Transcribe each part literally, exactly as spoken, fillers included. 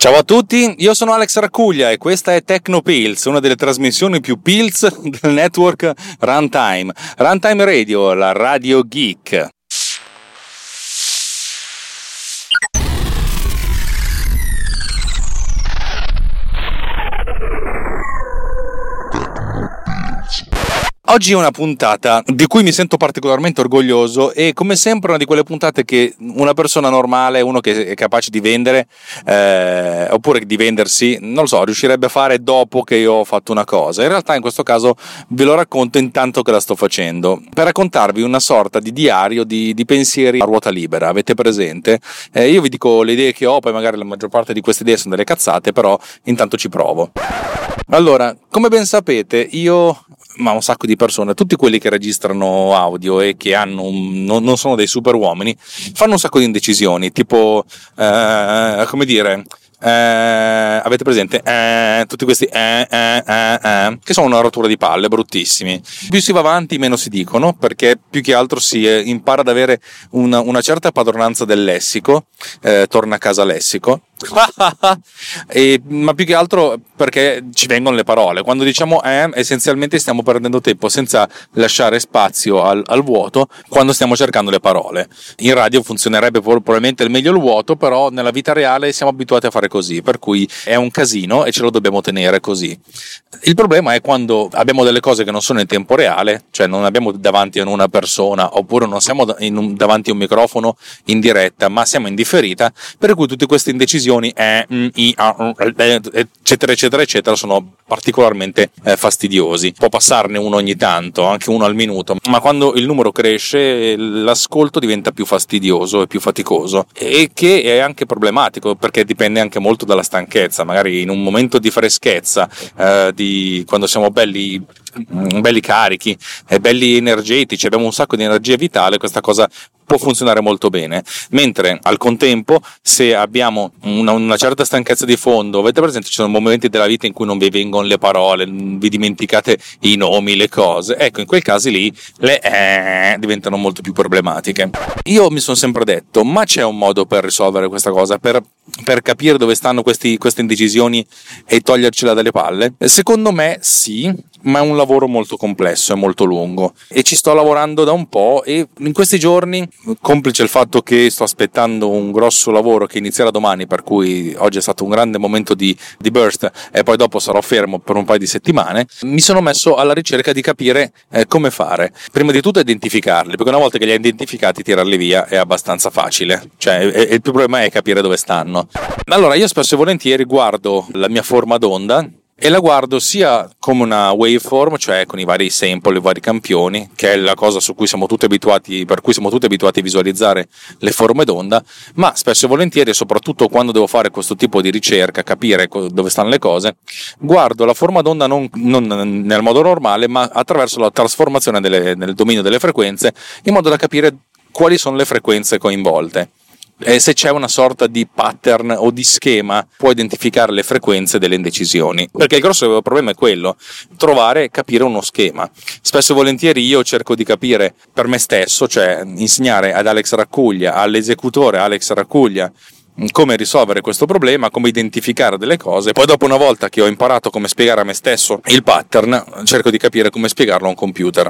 Ciao a tutti, io sono Alex Raccuglia e questa è Tecnopills, una delle trasmissioni più Pills del network Runtime. Runtime Radio, la radio geek. Oggi è una puntata di cui mi sento particolarmente orgoglioso e come sempre una di quelle puntate che una persona normale, uno che è capace di vendere eh, oppure di vendersi, non lo so, riuscirebbe a fare dopo che io ho fatto una cosa. In realtà in questo caso ve lo racconto intanto che la sto facendo, per raccontarvi una sorta di diario di, di pensieri a ruota libera. Avete presente? Eh, io vi dico le idee che ho, poi magari la maggior parte di queste idee sono delle cazzate, però intanto ci provo. Allora, come ben sapete, io, ma un sacco di persone, tutti quelli che registrano audio e che hanno un, non, non sono dei super uomini, fanno un sacco di indecisioni, tipo, eh, come dire, eh, avete presente, eh, tutti questi eh, eh, eh, eh, che sono una rottura di palle, bruttissimi. Più si va avanti meno si dicono, perché più che altro si eh, impara ad avere una, una certa padronanza del lessico, eh, torna a casa lessico. e, ma più che altro perché ci vengono le parole. Quando diciamo eh, essenzialmente stiamo perdendo tempo senza lasciare spazio al, al vuoto quando stiamo cercando le parole. In radio funzionerebbe probabilmente il meglio il vuoto, però nella vita reale siamo abituati a fare così, per cui è un casino e ce lo dobbiamo tenere così. Il problema è quando abbiamo delle cose che non sono in tempo reale, cioè non abbiamo davanti a una persona oppure non siamo in un, davanti a un microfono in diretta, ma siamo in differita, per cui tutte queste indecisioni eh, mm, i, ah, eh, eccetera eccetera eccetera sono particolarmente eh, fastidiosi. Può passarne uno ogni tanto, anche uno al minuto, ma quando il numero cresce l'ascolto diventa più fastidioso e più faticoso, e che è anche problematico perché dipende anche molto dalla stanchezza. Magari in un momento di freschezza, eh, di quando siamo belli belli carichi e belli energetici, abbiamo un sacco di energia vitale, questa cosa può funzionare molto bene. Mentre al contempo, se abbiamo una, una certa stanchezza di fondo, avete presente, ci sono momenti della vita in cui non vi vengono le parole, vi dimenticate i nomi, le cose, ecco, in quei casi lì le eh, diventano molto più problematiche. Io mi sono sempre detto, ma c'è un modo per risolvere questa cosa, per, per capire dove stanno questi, queste indecisioni e togliercela dalle palle? Secondo me sì, ma è un lavoro molto complesso e molto lungo e ci sto lavorando da un po', e in questi giorni, complice il fatto che sto aspettando un grosso lavoro che inizierà domani, per cui oggi è stato un grande momento di, di burst e poi dopo sarò fermo per un paio di settimane, mi sono messo alla ricerca di capire eh, come fare. Prima di tutto identificarli, perché una volta che li hai identificati tirarli via è abbastanza facile, cioè e, e il problema è capire dove stanno. Allora io spesso e volentieri guardo la mia forma d'onda e la guardo sia come una waveform, cioè con i vari sample, i vari campioni, che è la cosa su cui siamo tutti abituati, per cui siamo tutti abituati a visualizzare le forme d'onda, ma spesso e volentieri, soprattutto quando devo fare questo tipo di ricerca, capire dove stanno le cose, guardo la forma d'onda non, non nel modo normale, ma attraverso la trasformazione delle, nel dominio delle frequenze, in modo da capire quali sono le frequenze coinvolte. E se c'è una sorta di pattern o di schema, può identificare le frequenze delle indecisioni, perché il grosso problema è quello, trovare e capire uno schema. Spesso e volentieri io cerco di capire per me stesso, cioè insegnare ad Alex Raccuglia, all'esecutore Alex Raccuglia, come risolvere questo problema, come identificare delle cose. Poi dopo, una volta che ho imparato come spiegare a me stesso il pattern, cerco di capire come spiegarlo a un computer.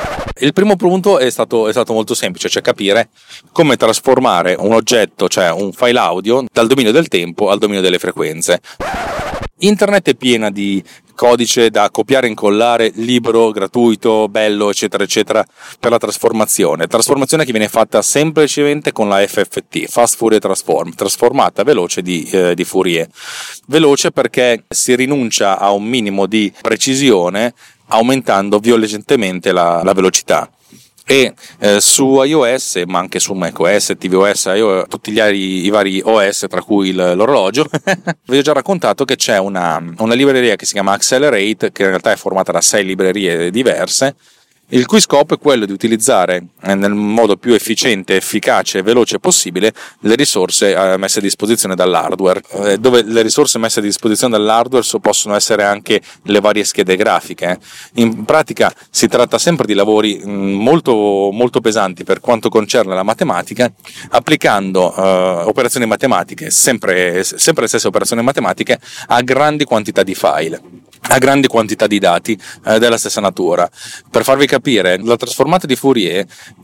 Il primo punto è stato, è stato molto semplice, cioè capire come trasformare un oggetto, cioè un file audio, dal dominio del tempo al dominio delle frequenze. Internet è piena di codice da copiare e incollare, libero, gratuito, bello, eccetera eccetera, per la trasformazione trasformazione che viene fatta semplicemente con la F F T, Fast Fourier Transform, trasformata veloce di, eh, di Fourier. Veloce perché si rinuncia a un minimo di precisione aumentando violentemente la, la velocità. E eh, su iOS, ma anche su macOS, tvOS, iOS, tutti gli vari, i vari O S, tra cui il, l'orologio, vi ho già raccontato che c'è una, una libreria che si chiama Accelerate, che in realtà è formata da sei librerie diverse, il cui scopo è quello di utilizzare eh, nel modo più efficiente, efficace e veloce possibile le risorse eh, messe a disposizione dall'hardware, eh, dove le risorse messe a disposizione dall'hardware so, possono essere anche le varie schede grafiche. In pratica si tratta sempre di lavori mh, molto, molto pesanti per quanto concerne la matematica, applicando eh, operazioni matematiche, sempre, sempre le stesse operazioni matematiche, a grandi quantità di file, a grandi quantità di dati eh, della stessa natura. Per farvi capire, la trasformata di Fourier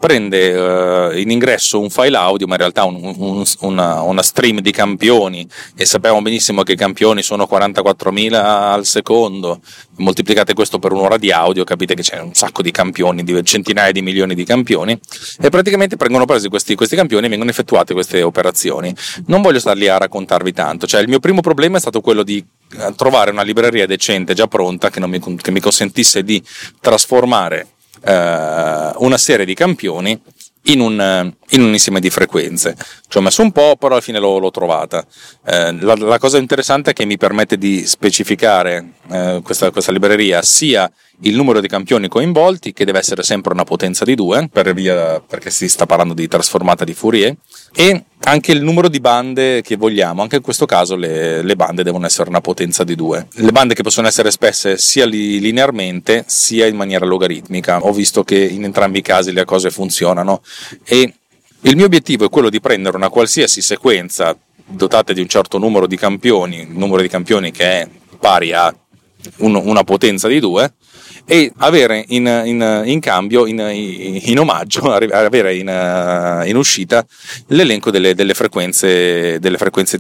prende eh, in ingresso un file audio, ma in realtà un, un, una, una stream di campioni, e sappiamo benissimo che i campioni sono quarantaquattromila al secondo. Moltiplicate questo per un'ora di audio, capite che c'è un sacco di campioni, di centinaia di milioni di campioni, e praticamente vengono presi questi, questi campioni e vengono effettuate queste operazioni. Non voglio starli a raccontarvi tanto, cioè il mio primo problema è stato quello di trovare una libreria decente già pronta che, non mi, che mi consentisse di trasformare eh, una serie di campioni in un, in un insieme di frequenze. Ci ho messo un po', però alla fine l'ho, l'ho trovata. Eh, la, la cosa interessante è che mi permette di specificare eh, questa, questa libreria sia il numero di campioni coinvolti, che deve essere sempre una potenza di due, per via, perché si sta parlando di trasformata di Fourier, e anche il numero di bande che vogliamo. Anche in questo caso le, le bande devono essere una potenza di due. Le bande che possono essere spesse sia li, linearmente sia in maniera logaritmica. Ho visto che in entrambi i casi le cose funzionano, e il mio obiettivo è quello di prendere una qualsiasi sequenza dotata di un certo numero di campioni, un numero di campioni che è pari a un, una potenza di due, e avere in, in, in cambio, in, in omaggio, avere in, in uscita l'elenco delle, delle frequenze, delle frequenze,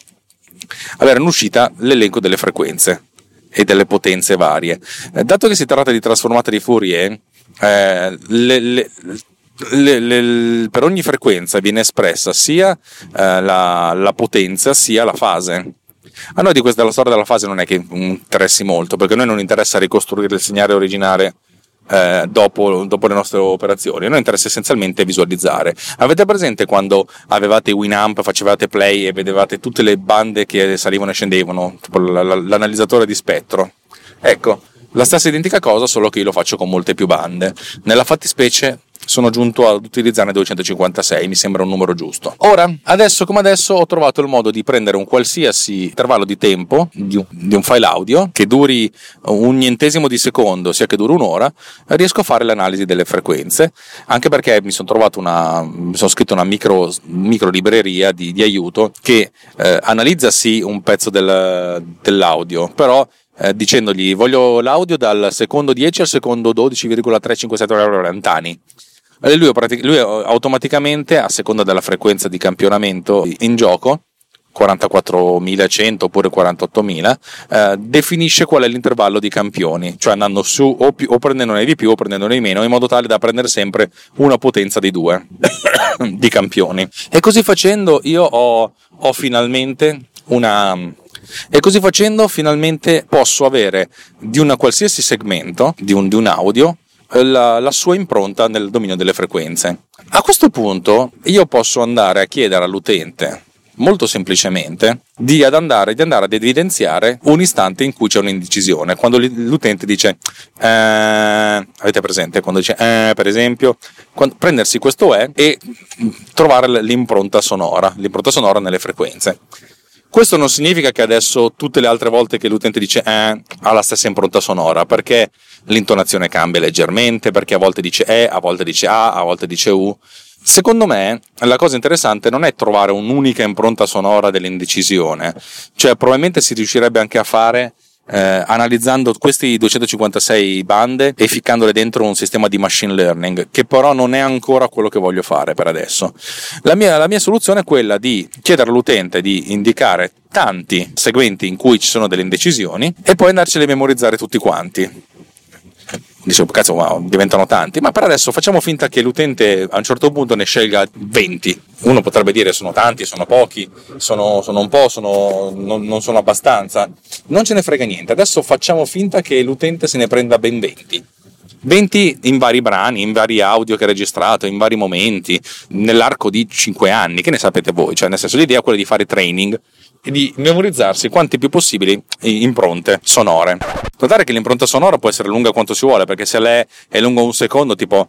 avere in uscita l'elenco delle frequenze e delle potenze varie. Dato che si tratta di trasformata di Fourier, eh, le, le, le, le, per ogni frequenza viene espressa sia eh, la, la potenza sia la fase. A noi di questa della storia della fase non è che interessi molto, perché a noi non interessa ricostruire il segnale originale eh, dopo, dopo le nostre operazioni. A noi interessa essenzialmente visualizzare. Avete presente quando avevate Winamp, facevate play e vedevate tutte le bande che salivano e scendevano, tipo l'analizzatore di spettro? Ecco, la stessa identica cosa, solo che io lo faccio con molte più bande. Nella fattispecie sono giunto ad utilizzarne duecentocinquantasei, mi sembra un numero giusto. Ora, adesso come adesso, ho trovato il modo di prendere un qualsiasi intervallo di tempo di un, di un file audio che duri un nientesimo di secondo, sia che duri un'ora, riesco a fare l'analisi delle frequenze, anche perché mi sono trovato una, mi sono scritto una micro, micro libreria di, di aiuto che eh, analizza sì un pezzo del, dell'audio, però Eh, dicendogli voglio l'audio dal secondo dieci al secondo dodici virgola trecentocinquantasette antani. E lui, lui automaticamente, a seconda della frequenza di campionamento in gioco, quarantaquattromilacento oppure quarantottomila, eh, definisce qual è l'intervallo di campioni, cioè andando su o, più, o prendendone di più o prendendone di meno, in modo tale da prendere sempre una potenza di due di campioni. E così facendo io ho, ho finalmente una... E così facendo finalmente posso avere di un qualsiasi segmento, di un, di un audio, la, la sua impronta nel dominio delle frequenze. A questo punto io posso andare a chiedere all'utente, molto semplicemente, di, ad andare, di andare ad evidenziare un istante in cui c'è un'indecisione. Quando l'utente dice, eh, avete presente? Quando dice, eh, per esempio, quando, prendersi questo è e trovare l'impronta sonora, l'impronta sonora nelle frequenze. Questo non significa che adesso tutte le altre volte che l'utente dice eh, ha la stessa impronta sonora, perché l'intonazione cambia leggermente, perché a volte dice E, a volte dice A, a volte dice U. Secondo me la cosa interessante non è trovare un'unica impronta sonora dell'indecisione, cioè probabilmente si riuscirebbe anche a fare eh, analizzando questi duecentocinquantasei bande e ficcandole dentro un sistema di machine learning, che però non è ancora quello che voglio fare per adesso. La mia, la mia soluzione è quella di chiedere all'utente di indicare tanti segmenti in cui ci sono delle indecisioni e poi andarceli a memorizzare tutti quanti. Dicevo, cazzo, wow, diventano tanti, ma per adesso facciamo finta che l'utente a un certo punto ne scelga venti. Uno potrebbe dire sono tanti, sono pochi, sono, sono un po', sono, non, non sono abbastanza. Non ce ne frega niente, adesso facciamo finta che l'utente se ne prenda ben venti. venti in vari brani, in vari audio che ha registrato, in vari momenti, nell'arco di cinque anni, che ne sapete voi? Cioè, nel senso, l'idea è quella di fare training di memorizzarsi quanti più possibili impronte sonore. Notare che l'impronta sonora può essere lunga quanto si vuole, perché se lei è lunga un secondo, tipo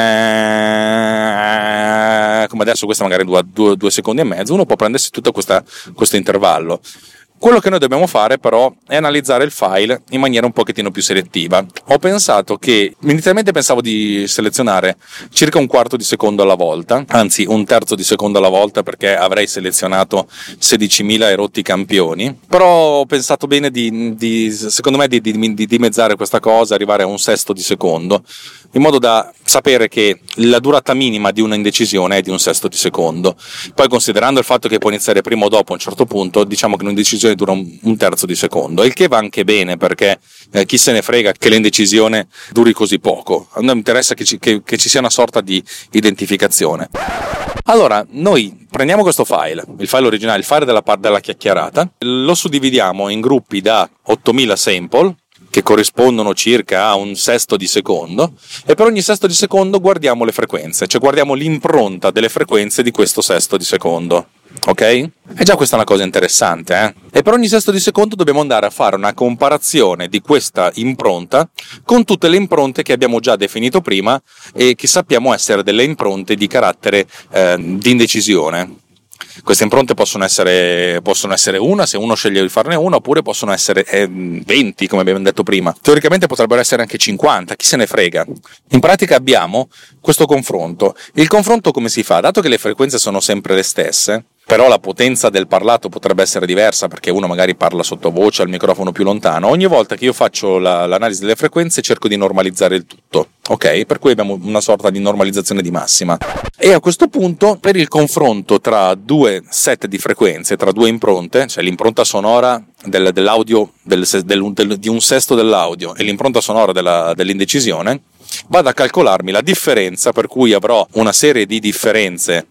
eh, come adesso, questa magari due, due, due secondi e mezzo, uno può prendersi tutto questa, questo intervallo. Quello che noi dobbiamo fare però è analizzare il file in maniera un pochettino più selettiva. Ho pensato che, inizialmente pensavo di selezionare circa un quarto di secondo alla volta, anzi un terzo di secondo alla volta, perché avrei selezionato sedicimila erotti campioni, però ho pensato bene di, di secondo me di, di, di dimezzare questa cosa, arrivare a un sesto di secondo, in modo da sapere che la durata minima di una indecisione è di un sesto di secondo. Poi, considerando il fatto che può iniziare prima o dopo a un certo punto, diciamo che un'indecisione dura un, un terzo di secondo, il che va anche bene, perché eh, chi se ne frega che l'indecisione duri così poco. A noi interessa che ci, che, che ci sia una sorta di identificazione. Allora, noi prendiamo questo file, il file originale, il file della, della chiacchierata, lo suddividiamo in gruppi da ottomila sample, che corrispondono circa a un sesto di secondo, e per ogni sesto di secondo guardiamo le frequenze, cioè guardiamo l'impronta delle frequenze di questo sesto di secondo. Ok? E già questa è una cosa interessante, eh? E per ogni sesto di secondo dobbiamo andare a fare una comparazione di questa impronta con tutte le impronte che abbiamo già definito prima e che sappiamo essere delle impronte di carattere eh, di indecisione. Queste impronte possono essere, possono essere una, se uno sceglie di farne una, oppure possono essere eh, venti, come abbiamo detto prima. Teoricamente potrebbero essere anche cinquanta, chi se ne frega. In pratica abbiamo questo confronto. Il confronto come si fa? Dato che le frequenze sono sempre le stesse, però la potenza del parlato potrebbe essere diversa, perché uno magari parla sottovoce al microfono più lontano, ogni volta che io faccio la, l'analisi delle frequenze cerco di normalizzare il tutto, ok? Per cui abbiamo una sorta di normalizzazione di massima. E a questo punto, per il confronto tra due set di frequenze, tra due impronte, cioè l'impronta sonora del, dell'audio del, del, del, di un sesto dell'audio e l'impronta sonora della, dell'indecisione, vado a calcolarmi la differenza, per cui avrò una serie di differenze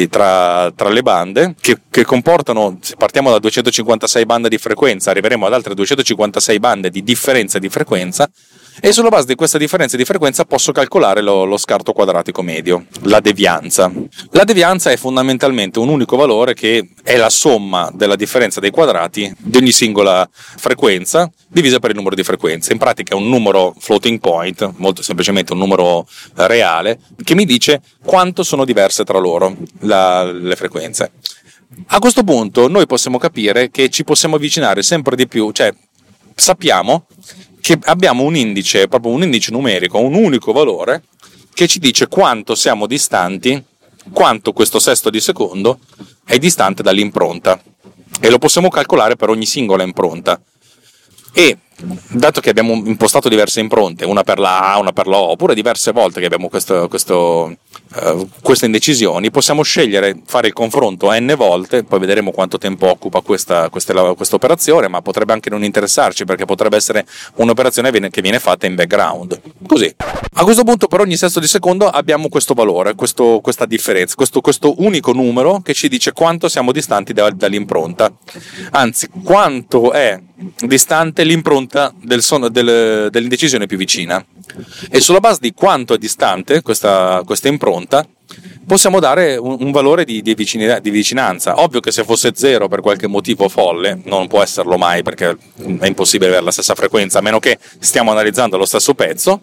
tra, tra le bande che, che comportano, se partiamo da duecentocinquantasei bande di frequenza, arriveremo ad altre duecentocinquantasei bande di differenza di frequenza, e sulla base di questa differenza di frequenza posso calcolare lo, lo scarto quadratico medio, la devianza. La devianza è fondamentalmente un unico valore che è la somma della differenza dei quadrati di ogni singola frequenza divisa per il numero di frequenze. In pratica è un numero floating point, molto semplicemente un numero reale, che mi dice quanto sono diverse tra loro la, le frequenze. A questo punto noi possiamo capire che ci possiamo avvicinare sempre di più, cioè sappiamo che abbiamo un indice, proprio un indice numerico, un unico valore che ci dice quanto siamo distanti, quanto questo sesto di secondo è distante dall'impronta, e lo possiamo calcolare per ogni singola impronta. E dato che abbiamo impostato diverse impronte, una per la A, una per la O, oppure diverse volte che abbiamo questo, questo, uh, queste indecisioni, possiamo scegliere, fare il confronto n volte, poi vedremo quanto tempo occupa questa, questa, questa operazione, ma potrebbe anche non interessarci, perché potrebbe essere un'operazione che viene fatta in background. Così. A questo punto per ogni sesto di secondo abbiamo questo valore, questo, questa differenza, questo, questo unico numero che ci dice quanto siamo distanti da, dall'impronta, anzi quanto è distante l'impronta del son- del, dell'indecisione più vicina, e sulla base di quanto è distante questa, questa impronta possiamo dare un, un valore di, di, vicina, di vicinanza. Ovvio che se fosse zero per qualche motivo folle, non può esserlo mai, perché è impossibile avere la stessa frequenza, a meno che stiamo analizzando lo stesso pezzo.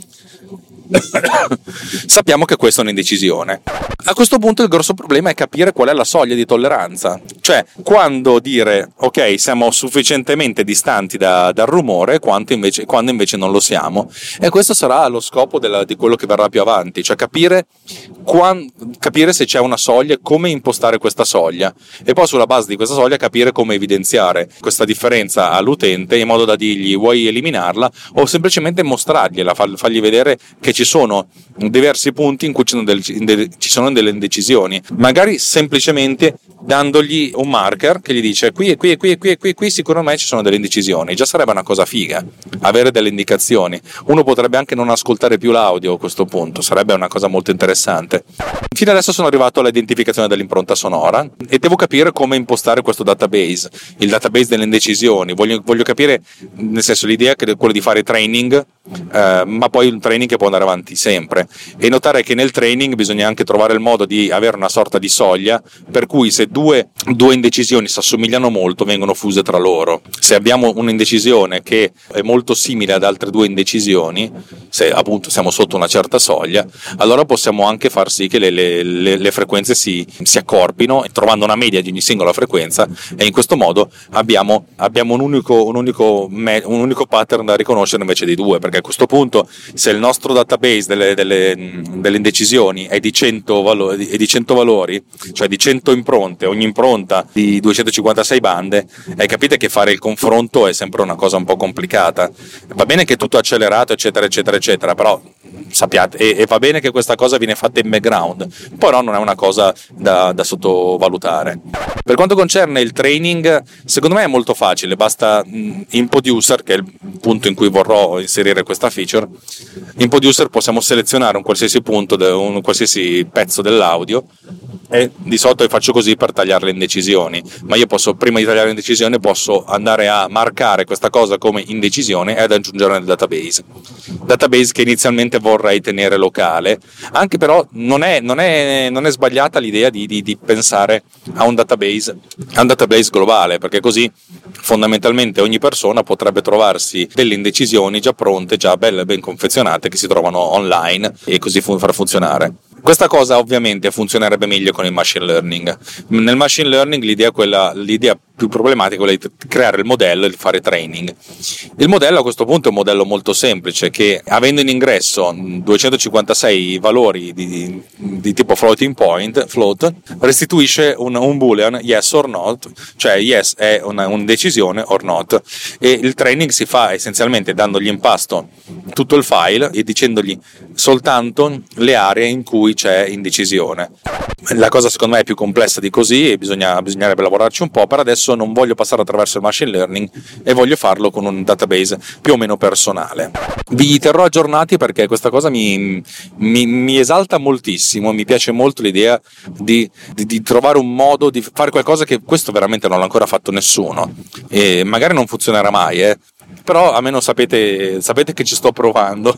Sappiamo che questa è un'indecisione. A questo punto il grosso problema è capire qual è la soglia di tolleranza, cioè quando dire ok, siamo sufficientemente distanti da, dal rumore, quanto invece, quando invece non lo siamo. E questo sarà lo scopo della, di quello che verrà più avanti, cioè capire, quan, capire se c'è una soglia, come impostare questa soglia, e poi sulla base di questa soglia capire come evidenziare questa differenza all'utente, in modo da dirgli vuoi eliminarla o semplicemente mostrargliela, fargli vedere che ci sono diversi punti in cui ci sono delle, ci sono delle indecisioni, magari semplicemente dandogli un marker che gli dice qui e qui e qui e qui e qui, e qui sicuramente ci sono delle indecisioni. Già sarebbe una cosa figa avere delle indicazioni. Uno potrebbe anche non ascoltare più l'audio a questo punto, sarebbe una cosa molto interessante. Fino adesso sono arrivato all'identificazione dell'impronta sonora e devo capire come impostare questo database, il database delle indecisioni. Voglio, voglio capire, nel senso, l'idea è quella di fare training eh, ma poi un training che può andare avanti sempre, e notare che nel training bisogna anche trovare il modo di avere una sorta di soglia per cui se due, due indecisioni si assomigliano molto vengono fuse tra loro. Se abbiamo un'indecisione che è molto simile ad altre due indecisioni, se appunto siamo sotto una certa soglia, allora possiamo anche far sì che le, le, le, le frequenze si, si accorpino, trovando una media di ogni singola frequenza, e in questo modo abbiamo, abbiamo un unico, un, unico, un unico pattern da riconoscere invece di due, perché a questo punto se il nostro database delle, delle, delle indecisioni è di cento valori, è di cento valori, cioè di cento impronte, ogni impronta di duecentocinquantasei bande, eh, capite che fare il confronto è sempre una cosa un po' complicata. Va bene che è tutto accelerato eccetera eccetera eccetera, però sappiate, e, e va bene che questa cosa viene fatta in background, però non è una cosa da, da sottovalutare. Per quanto concerne il training, secondo me è molto facile, basta in Poduser, che è il punto in cui vorrò inserire questa feature. In Poduser possiamo selezionare un qualsiasi punto, un qualsiasi pezzo dell'audio, e di solito io faccio così per tagliare le indecisioni, ma io posso, prima di tagliare l'indecisione, posso andare a marcare questa cosa come indecisione e ad aggiungere nel database database che inizialmente vorrei tenere locale. Anche però non è, non è, non è sbagliata l'idea di, di, di pensare a un database a un database globale, perché così fondamentalmente ogni persona potrebbe trovarsi delle indecisioni già pronte, già belle, ben confezionate, che si trovano online, e così far funzionare. Questa cosa ovviamente funzionerebbe meglio con il machine learning. Nel machine learning l'idea, quella, l'idea più problematica è quella di creare il modello e di fare training. Il modello a questo punto è un modello molto semplice, che avendo in ingresso duecentocinquantasei valori di, di tipo floating point, float, restituisce un, un boolean yes or not, cioè yes è una, un'indecisione or not, e il training si fa essenzialmente dandogli in pasto tutto il file e dicendogli soltanto le aree in cui c'è indecisione. La cosa secondo me è più complessa di così e bisogna, bisognerebbe lavorarci un po'. Per adesso non voglio passare attraverso il machine learning e voglio farlo con un database più o meno personale. Vi terrò aggiornati perché questa cosa mi, mi, mi esalta moltissimo, mi piace molto l'idea di, di, di trovare un modo di fare qualcosa che questo veramente non l'ha ancora fatto nessuno, e magari non funzionerà mai, eh. Però almeno sapete, sapete che ci sto provando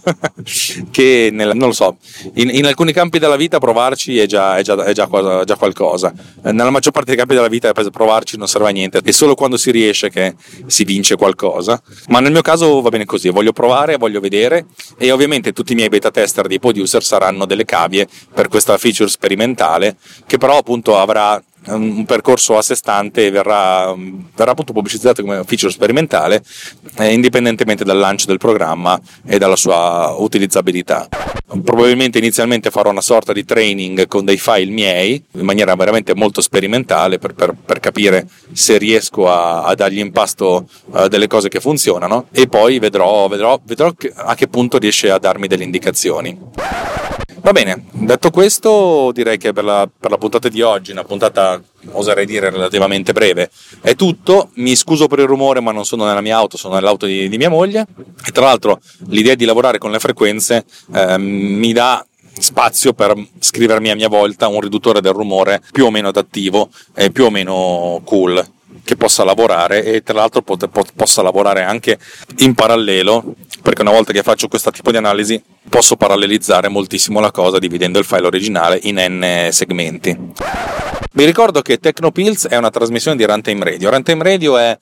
che nel, non lo so, in, in alcuni campi della vita provarci è già, è già, è già, già qualcosa. Nella maggior parte dei campi della vita provarci non serve a niente, è solo quando si riesce che si vince qualcosa, ma nel mio caso va bene così, voglio provare, voglio vedere, e ovviamente tutti i miei beta tester di Poduser saranno delle cavie per questa feature sperimentale, che però appunto avrà un percorso a sé stante e verrà, verrà appunto pubblicizzato come feature sperimentale, eh, indipendentemente dal lancio del programma e dalla sua utilizzabilità. Probabilmente inizialmente farò una sorta di training con dei file miei in maniera veramente molto sperimentale per, per, per capire se riesco a, a dargli in pasto uh, delle cose che funzionano, e poi vedrò, vedrò, vedrò che, a che punto riesce a darmi delle indicazioni. Va bene, detto questo direi che per la, per la puntata di oggi, una puntata oserei dire relativamente breve, è tutto. Mi scuso per il rumore, ma non sono nella mia auto, sono nell'auto di, di mia moglie, e tra l'altro l'idea di lavorare con le frequenze eh, mi dà spazio per scrivermi a mia volta un riduttore del rumore più o meno adattivo e più o meno cool, che possa lavorare, e tra l'altro pot- pot- possa lavorare anche in parallelo, perché una volta che faccio questo tipo di analisi posso parallelizzare moltissimo la cosa dividendo il file originale in n segmenti. Vi ricordo che Tecnopills è una trasmissione di Runtime Radio. Runtime Radio è,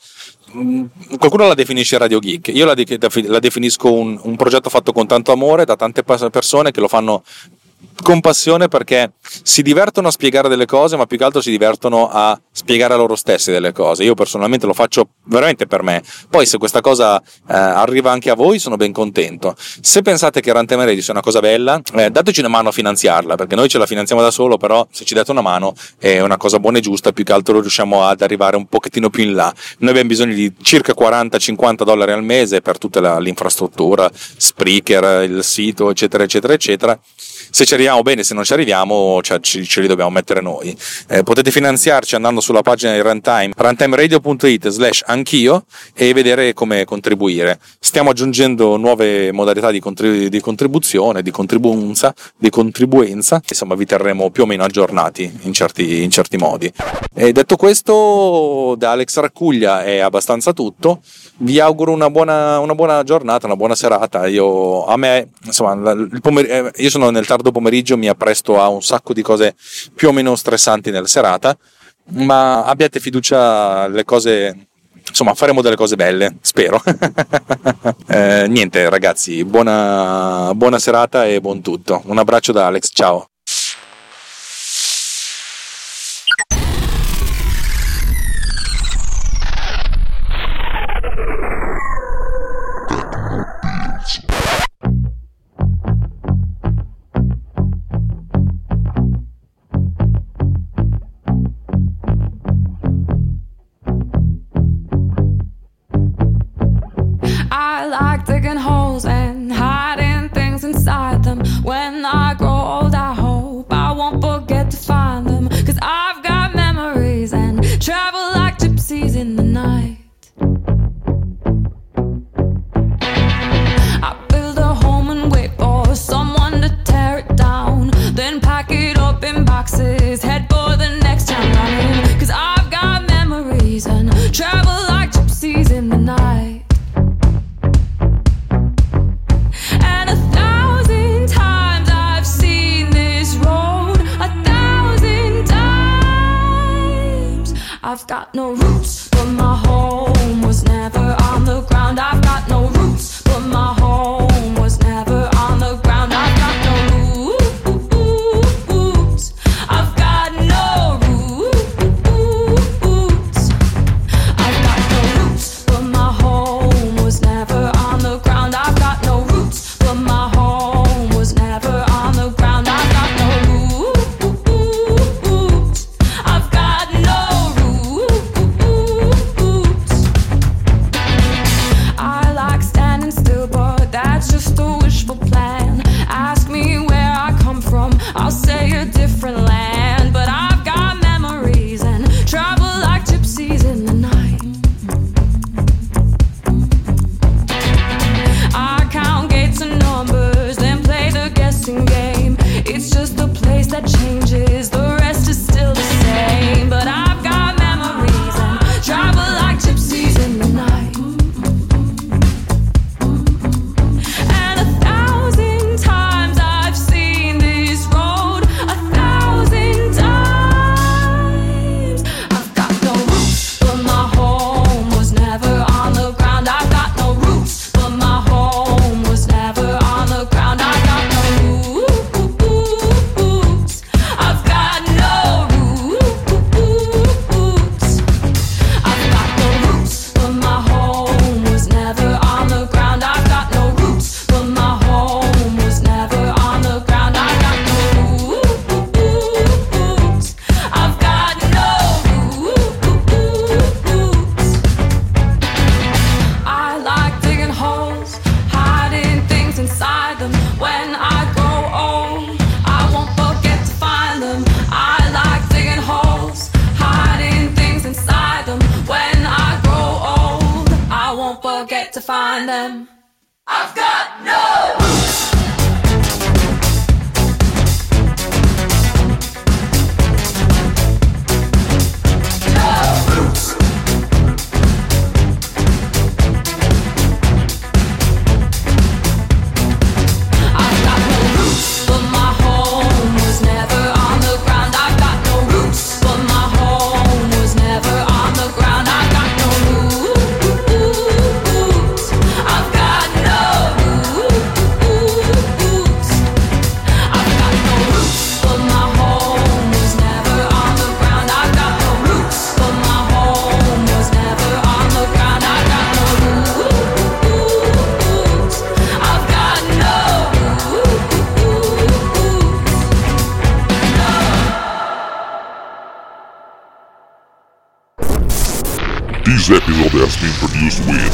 qualcuno la definisce Radio Geek, io la, de- la definisco un, un progetto fatto con tanto amore da tante persone che lo fanno con passione, perché si divertono a spiegare delle cose, ma più che altro si divertono a spiegare a loro stessi delle cose. Io personalmente lo faccio veramente per me, poi se questa cosa eh, arriva anche a voi sono ben contento. Se pensate che Runtime Radio sia una cosa bella, eh, dateci una mano a finanziarla, perché noi ce la finanziamo da solo, però se ci date una mano è una cosa buona e giusta, più che altro riusciamo ad arrivare un pochettino più in là. Noi abbiamo bisogno di circa quaranta cinquanta dollari al mese per tutta la, l'infrastruttura, Spreaker, il sito eccetera eccetera eccetera. Se ci arriviamo bene, se non ci arriviamo cioè, ci, ce li dobbiamo mettere noi. Eh, potete finanziarci andando sulla pagina di Runtime, runtimeradio.it slash anch'io, e vedere come contribuire. Stiamo aggiungendo nuove modalità di, contribu- di contribuzione, di contribuenza, di contribuenza, insomma vi terremo più o meno aggiornati in certi, in certi modi. E detto questo, da Alex Raccuglia è abbastanza tutto. Vi auguro una buona, una buona giornata, una buona serata. Io, a me, insomma, il pomer- io sono nel tardo pomeriggio, mi appresto a un sacco di cose più o meno stressanti nella serata, ma abbiate fiducia, le cose, insomma, faremo delle cose belle, spero. eh, niente, ragazzi, buona, buona serata e buon tutto. Un abbraccio da Alex, ciao. I like digging holes and hiding things inside them. When I grow old, I hope I won't forget to find them. 'Cause I've got memories and travel like gypsies in the night. I build a home and wait for someone to tear it down, then pack it up in boxes, head for the next town running. 'Cause I've got memories and travel like gypsies in the night. I've got no roots, but my home was never on the ground. I've got no roots, but my home was never on the ground. I've got no roots. I've got no roots. I've got no roots, but my home was never on the ground. I've got no roots, but my home was never on the ground. I've got no roots. I've got no I like standing still, but that's just a wishful plan. Ask me where I come from, I'll say a different land. But I've got memories and travel like gypsies in the night. I count gates and numbers, then play the guessing game. It's just a place that changes, the rest is still the same. But I've got memories and travel like gypsies in the night. And a thousand times I've seen this road, a thousand times. I've got no roots, but my home was never on the ground. I've got no roots, but my home was never on the ground. I've got no roots. I've got no roots. I've got no roots, but my home was never on the ground. I've got no roots, but my home was never on the ground. I've got no roots. I've got no roots. I like digging holes, hiding things inside them. When I grow old, I won't forget to find them. I like digging holes, hiding things inside them. When I grow old, I won't forget to find them. I've got no roots. No roots. I've got no roots, but my home was never on the ground. I've got no roots, but my home was never on the ground. I've got no roots. I've got no roots. I've got no roots, but my home was never on the ground. I've got no roots, but my home was never on the ground. I've got no roots. I've got no This episode has been produced with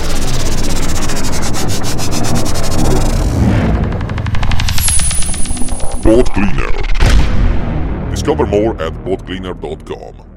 Pod Cleaner. Discover more at pod cleaner dot com.